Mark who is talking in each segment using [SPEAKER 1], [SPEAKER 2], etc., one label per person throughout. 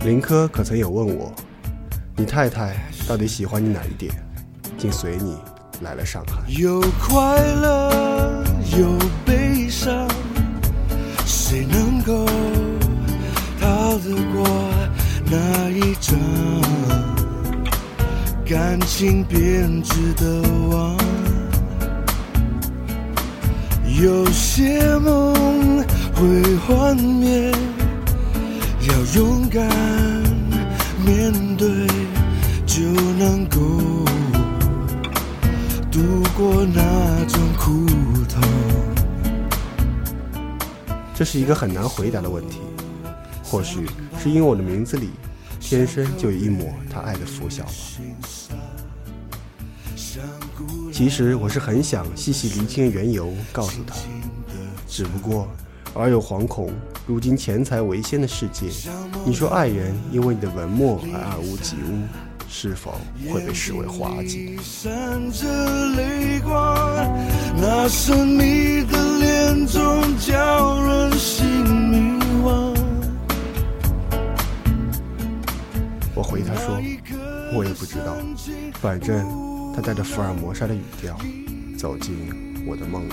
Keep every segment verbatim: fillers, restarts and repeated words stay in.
[SPEAKER 1] 林科可曾有问我，你太太到底喜欢你哪一点，竟随你来了上海。
[SPEAKER 2] 有快乐有悲伤，谁能够逃得过那一张感情变质的网？有些梦会幻灭，要勇敢面对，就能够度过那种苦痛。
[SPEAKER 1] 这是一个很难回答的问题，或许是因为我的名字里天生就有一抹他爱的拂晓吧。其实我是很想细细厘清缘由告诉他，只不过而有惶恐，如今钱财为先的世界，你说爱人因为你的文墨而爱屋及乌，是否会被视为滑稽？
[SPEAKER 2] 闪着泪光，那神秘的脸总叫人心迷惘。
[SPEAKER 1] 我回他说，我也不知道，反正他带着福尔摩沙的语调走进我的梦里。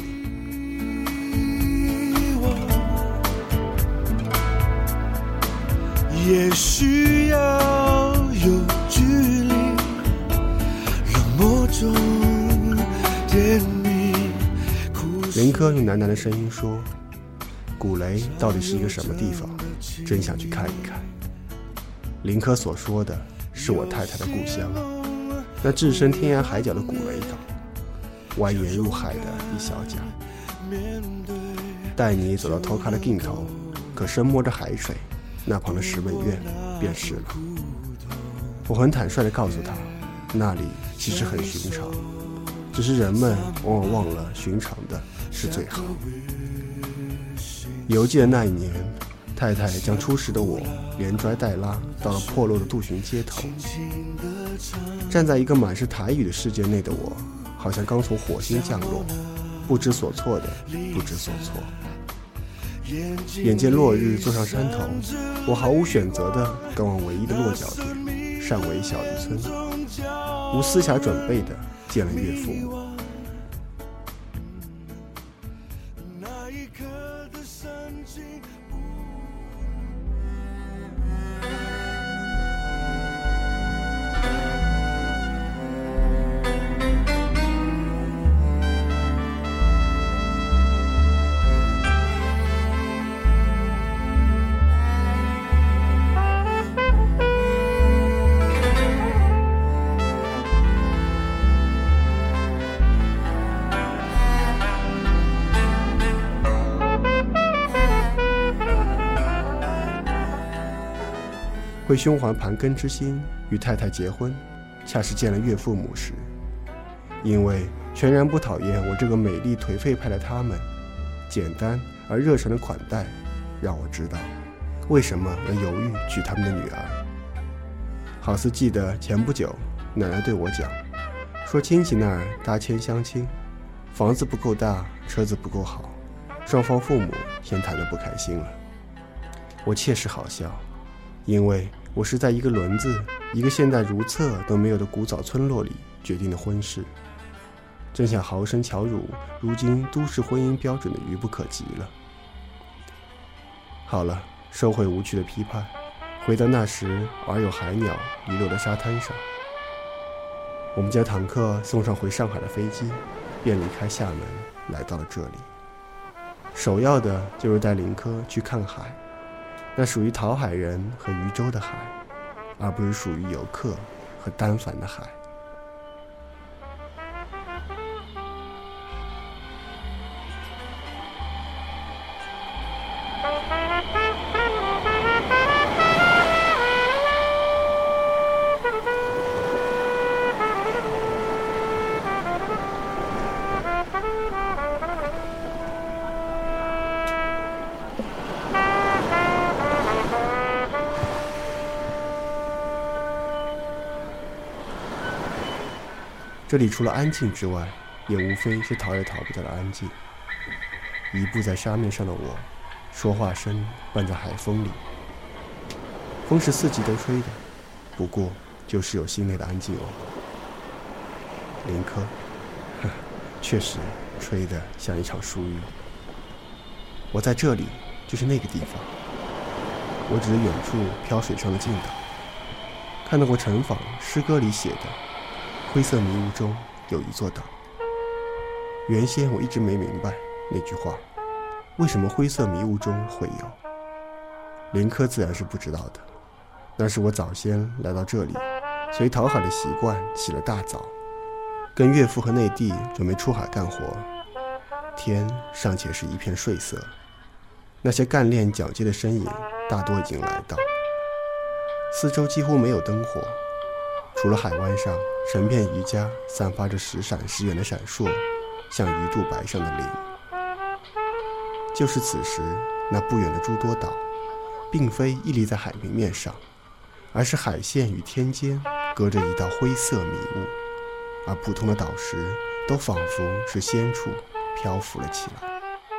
[SPEAKER 2] 也需要有距离，冷漠中甜蜜。
[SPEAKER 1] 林科用喃喃的声音说，古雷到底是一个什么地方，真想去看一看。林科所说的是我太太的故乡，那置身天涯海角的古雷港，蜿蜒入海的一小角。带你走到头卡的尽头，可深摸着海水，那旁的石门院便是了。我很坦率地告诉他，那里其实很寻常，只是人们往往忘了寻常的是最好。邮寄的那一年，太太将初识的我连拽带拉到了破落的杜巡街头。站在一个满是台语的世界内的我，好像刚从火星降落，不知所措的不知所措。眼见落日坐上山头，我毫无选择地赶往唯一的落脚点上围小渔村，无思想准备地见了岳父母。
[SPEAKER 2] 那一刻的深情
[SPEAKER 1] 会胸怀盘根之心与太太结婚，恰是见了岳父母时，因为全然不讨厌我这个美丽颓废派的他们，简单而热诚的款待，让我知道为什么能犹豫娶他们的女儿。好似记得前不久奶奶对我讲，说亲戚那儿搭迁相亲，房子不够大，车子不够好，双方父母先谈得不开心了。我切实好笑，因为我是在一个轮子一个现代如厕都没有的古早村落里决定的婚事，正想豪声巧辱如今都市婚姻标准的愚不可及了。好了，收回无趣的批判，回到那时而有海鸟遗落的沙滩上。我们将坦克送上回上海的飞机，便离开厦门来到了这里。首要的就是带林科去看海，那属于讨海人和渔舟的海，而不是属于游客和单帆的海。这里除了安静之外，也无非是逃也逃不掉的安静。一步在沙面上的我，说话声伴在海风里。 风是四季都吹的，不过就是有心内的安静哦。林科，呵，确实吹得像一场疏雨。我在这里，就是那个地方。我指着远处飘水上的径岛，看到过陈昉诗歌里写的灰色迷雾中有一座岛。原先我一直没明白那句话，为什么灰色迷雾中会有。林科自然是不知道的，那是我早先来到这里，随讨海的习惯起了大早，跟岳父和内弟准备出海干活。天尚且是一片睡色，那些干练矫健的身影大多已经来到，四周几乎没有灯火，除了海湾上成片渔家散发着时闪时远的闪烁，像鱼肚白上的鳞。就是此时，那不远的诸多岛并非屹立在海平面上，而是海线与天间隔着一道灰色迷雾，而普通的岛石都仿佛是仙处漂浮了起来。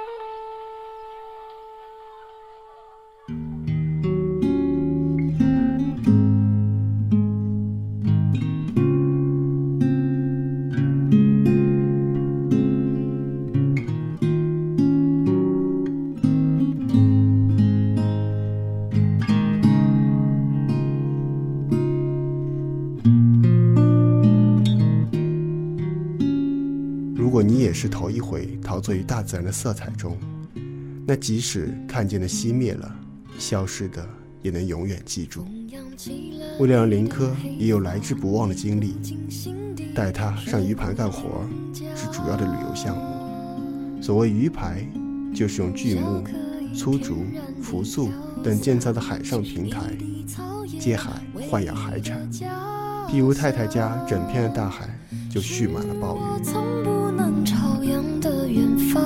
[SPEAKER 1] 如果你也是头一回陶醉于大自然的色彩中，那即使看见的熄灭了，消失的也能永远记住。为了让林科也有来之不忘的经历，带他上鱼排干活是主要的旅游项目。所谓鱼排，就是用巨木、粗竹、浮素等建造的海上平台，接海豢养海产。譬如太太家整片的大海就蓄满了鲍鱼。
[SPEAKER 3] 从不能朝阳的远方，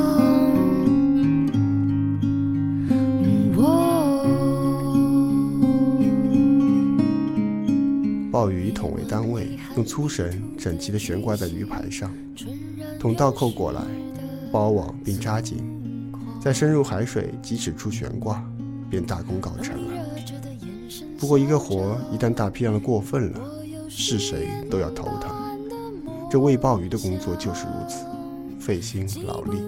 [SPEAKER 1] 鲍鱼以桶为单位，用粗绳整齐地悬挂在鱼排上，桶倒扣过来，包网并扎紧，再深入海水几尺处悬挂，便大功告成了。不过一个活一旦大批量的过分了，是谁都要头疼。这喂鲍鱼的工作就是如此，费心劳力。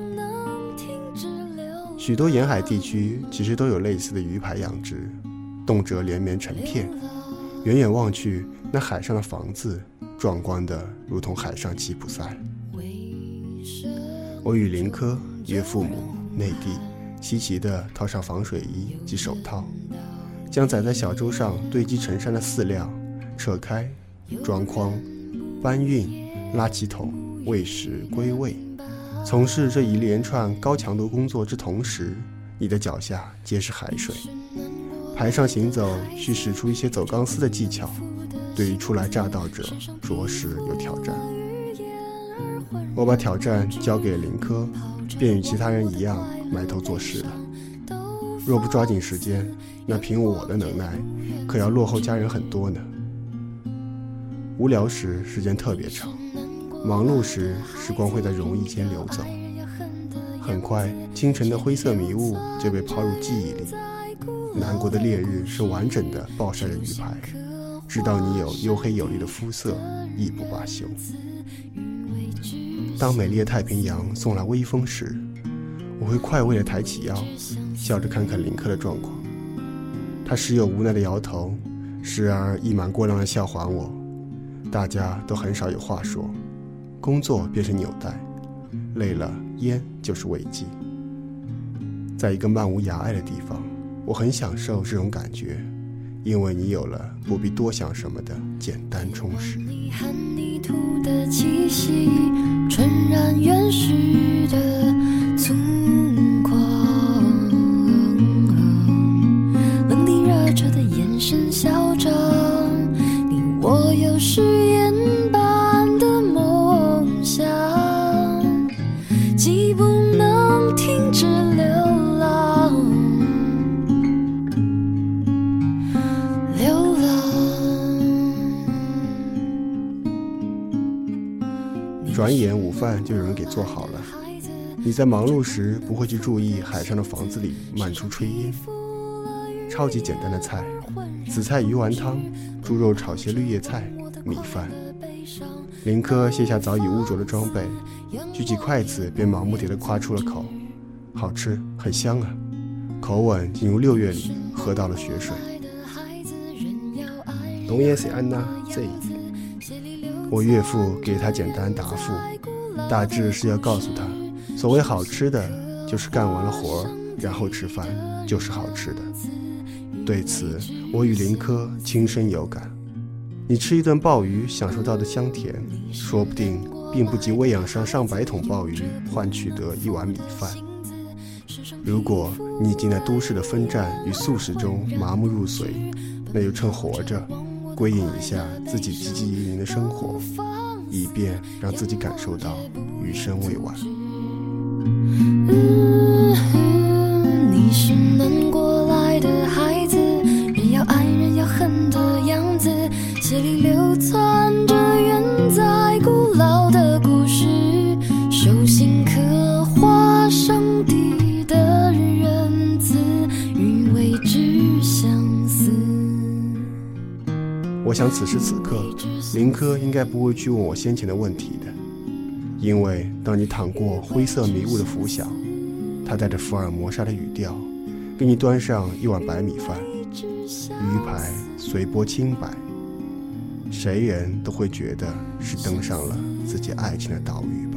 [SPEAKER 1] 许多沿海地区其实都有类似的鱼排养殖，动辄连绵成片，远远望去，那海上的房子壮观的如同海上吉普赛。我与林科、岳父母、内弟齐齐地套上防水衣及手套，将载在小舟上堆积成山的饲料扯开、装筐、搬运、拉起桶、喂食、归位。从事这一连串高强度工作之同时，你的脚下皆是海水。排上行走需使出一些走钢丝的技巧，对于初来乍到者着实有挑战。我把挑战交给林科，便与其他人一样埋头做事了。若不抓紧时间，那凭我的能耐可要落后家人很多呢。无聊时时间特别长，忙碌时时光会在容易间流走。很快清晨的灰色迷雾就被抛入记忆里，南国的烈日是完整的暴晒着鱼排，直到你有黝黑有力的肤色亦不罢休。当美丽的太平洋送来微风时，我会快慰地抬起腰，笑着看看林科的状况。他时有无奈的摇头，时而溢满过量的笑还我。大家都很少有话说，工作便是纽带，累了烟就是慰藉。在一个漫无涯碍的地方，我很享受这种感觉，因为你有了不必多想什么的简单充实。
[SPEAKER 3] 和泥土的气息，纯然原始的粗犷，冷地热着的眼神嚣张，你我有誓言般的梦想，既不能停止流浪，流
[SPEAKER 1] 转眼午饭就有人给做好了。你在忙碌时不会去注意海上的房子里漫出炊烟， 超级简单的菜，紫菜鱼丸汤，猪肉炒些绿叶菜，米饭。林科卸下早已污浊的装备，举起筷子便盲目地地夸出了口，好吃，很香啊，口吻竟如六月里喝到了雪水。农业是安娜这我岳父给他简单答复，大致是要告诉他，所谓好吃的就是干完了活然后吃饭，就是好吃的。对此我与林科亲身有感，你吃一顿鲍鱼享受到的香甜，说不定并不及喂养上上百桶鲍鱼换取得一碗米饭。如果你已经在都市的纷战与速食中麻木入髓，那就趁活着归隐一下自己汲汲营营的生活，以便让自己感受到余生未完。
[SPEAKER 3] 嗯，你是南国来的孩子，人要爱人要恨的样子，血里流传着远在古老的故事，手心刻画上帝的仁慈与未知相思。
[SPEAKER 1] 我想此时此刻林科应该不会去问我先前的问题的，因为当你淌过灰色迷雾的拂晓，他带着福尔摩沙的语调给你端上一碗白米饭，鱼排随波轻摆，谁人都会觉得是登上了自己爱情的岛屿。